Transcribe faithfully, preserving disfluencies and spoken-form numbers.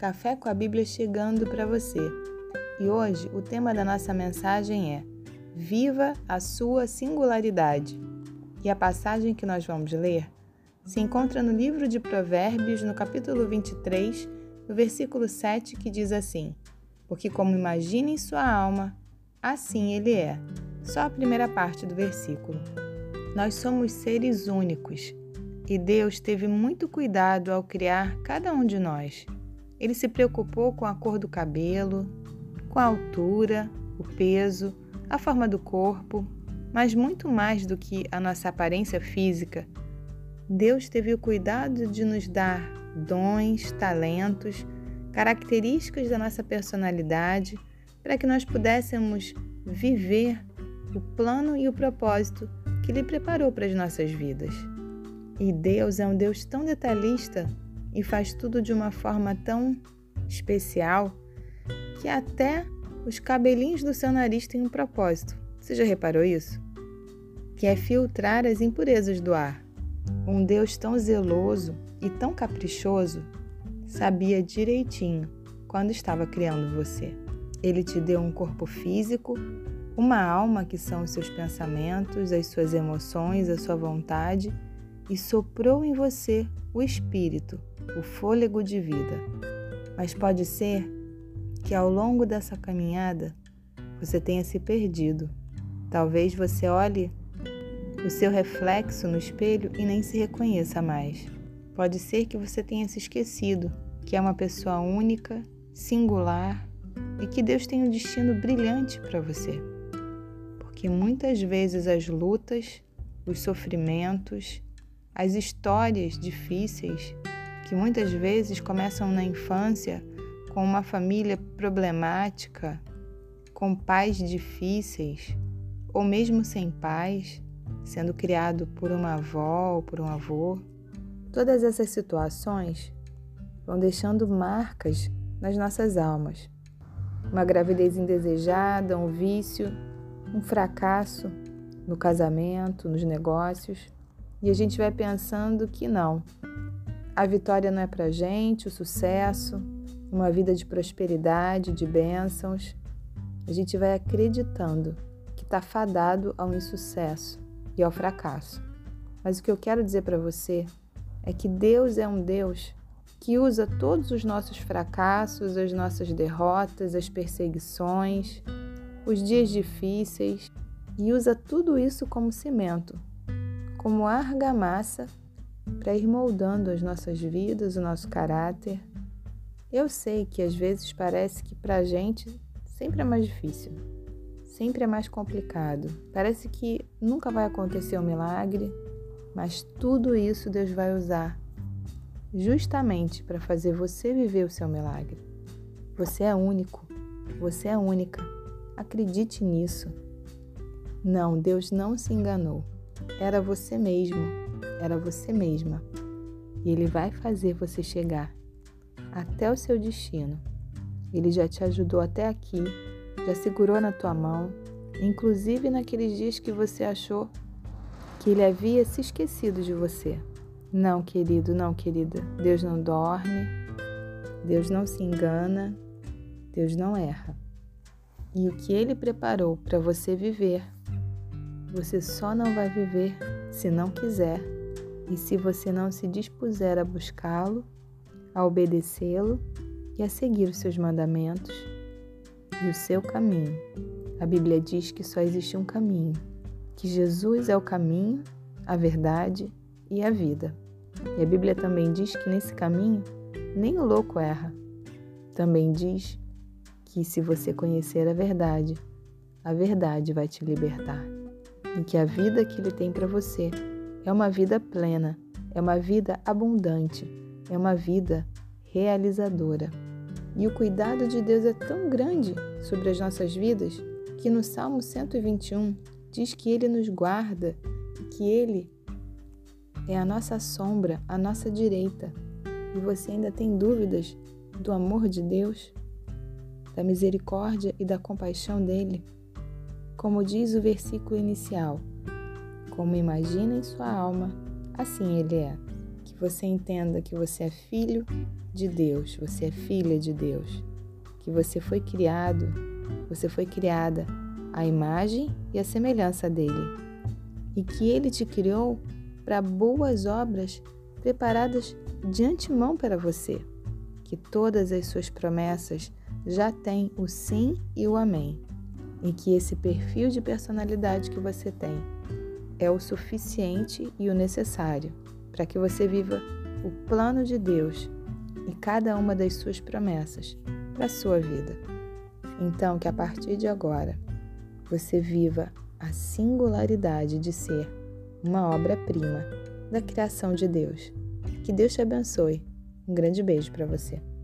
Café com a Bíblia chegando para você. E hoje o tema da nossa mensagem é Viva a sua singularidade. E a passagem que nós vamos ler se encontra no livro de Provérbios, no capítulo vinte e três, no versículo sete, que diz assim: Porque como imagina em sua alma, assim ele é. Só a primeira parte do versículo. Nós somos seres únicos e Deus teve muito cuidado ao criar cada um de nós. Ele se preocupou com a cor do cabelo, com a altura, o peso, a forma do corpo, mas muito mais do que a nossa aparência física. Deus teve o cuidado de nos dar dons, talentos, características da nossa personalidade, para que nós pudéssemos viver o plano e o propósito que Ele preparou para as nossas vidas. E Deus é um Deus tão detalhista e faz tudo de uma forma tão especial que até os cabelinhos do seu nariz têm um propósito. Você já reparou isso? Que é filtrar as impurezas do ar. Um Deus tão zeloso e tão caprichoso sabia direitinho quando estava criando você. Ele te deu um corpo físico, uma alma que são os seus pensamentos, as suas emoções, a sua vontade, e soprou em você o espírito, o fôlego de vida. Mas pode ser que ao longo dessa caminhada você tenha se perdido. Talvez você olhe o seu reflexo no espelho e nem se reconheça mais. Pode ser que você tenha se esquecido que é uma pessoa única, singular e que Deus tem um destino brilhante para você. Porque muitas vezes as lutas, os sofrimentos, as histórias difíceis, que muitas vezes começam na infância com uma família problemática, com pais difíceis, ou mesmo sem pais, sendo criado por uma avó ou por um avô. Todas essas situações vão deixando marcas nas nossas almas. Uma gravidez indesejada, um vício, um fracasso no casamento, nos negócios. E a gente vai pensando que não. A vitória não é pra gente, o sucesso, uma vida de prosperidade, de bênçãos. A gente vai acreditando que está fadado ao insucesso e ao fracasso. Mas o que eu quero dizer para você é que Deus é um Deus que usa todos os nossos fracassos, as nossas derrotas, as perseguições, os dias difíceis, e usa tudo isso como cimento, como argamassa para ir moldando as nossas vidas, o nosso caráter. Eu sei que às vezes parece que para a gente sempre é mais difícil, sempre é mais complicado. Parece que nunca vai acontecer um milagre, mas tudo isso Deus vai usar justamente para fazer você viver o seu milagre. Você é único, você é única. Acredite nisso. Não, Deus não se enganou. Era você mesmo, era você mesma. E Ele vai fazer você chegar até o seu destino. Ele já te ajudou até aqui, já segurou na tua mão, inclusive naqueles dias que você achou que Ele havia se esquecido de você. Não, querido, não, querida. Deus não dorme, Deus não se engana, Deus não erra. E o que Ele preparou para você viver, você só não vai viver se não quiser e se você não se dispuser a buscá-lo, a obedecê-lo e a seguir os seus mandamentos e o seu caminho. A Bíblia diz que só existe um caminho, que Jesus é o caminho, a verdade e a vida. E a Bíblia também diz que nesse caminho nem o louco erra. Também diz que se você conhecer a verdade, a verdade vai te libertar. E que a vida que Ele tem para você é uma vida plena, é uma vida abundante, é uma vida realizadora. E o cuidado de Deus é tão grande sobre as nossas vidas que no Salmo cento e vinte e um diz que Ele nos guarda e que Ele é a nossa sombra, a nossa direita. E você ainda tem dúvidas do amor de Deus, da misericórdia e da compaixão dEle? Como diz o versículo inicial, como imagina em sua alma, assim Ele é. Que que você entenda que você é filho de Deus, você é filha de Deus, que você foi criado, você foi criada à imagem e à semelhança dele, e que ele te criou para boas obras preparadas de antemão para você, que todas as suas promessas já têm o sim e o amém, e que esse perfil de personalidade que você tem é o suficiente e o necessário para que você viva o plano de Deus e cada uma das suas promessas para a sua vida. Então, que a partir de agora você viva a singularidade de ser uma obra-prima da criação de Deus. Que Deus te abençoe. Um grande beijo para você.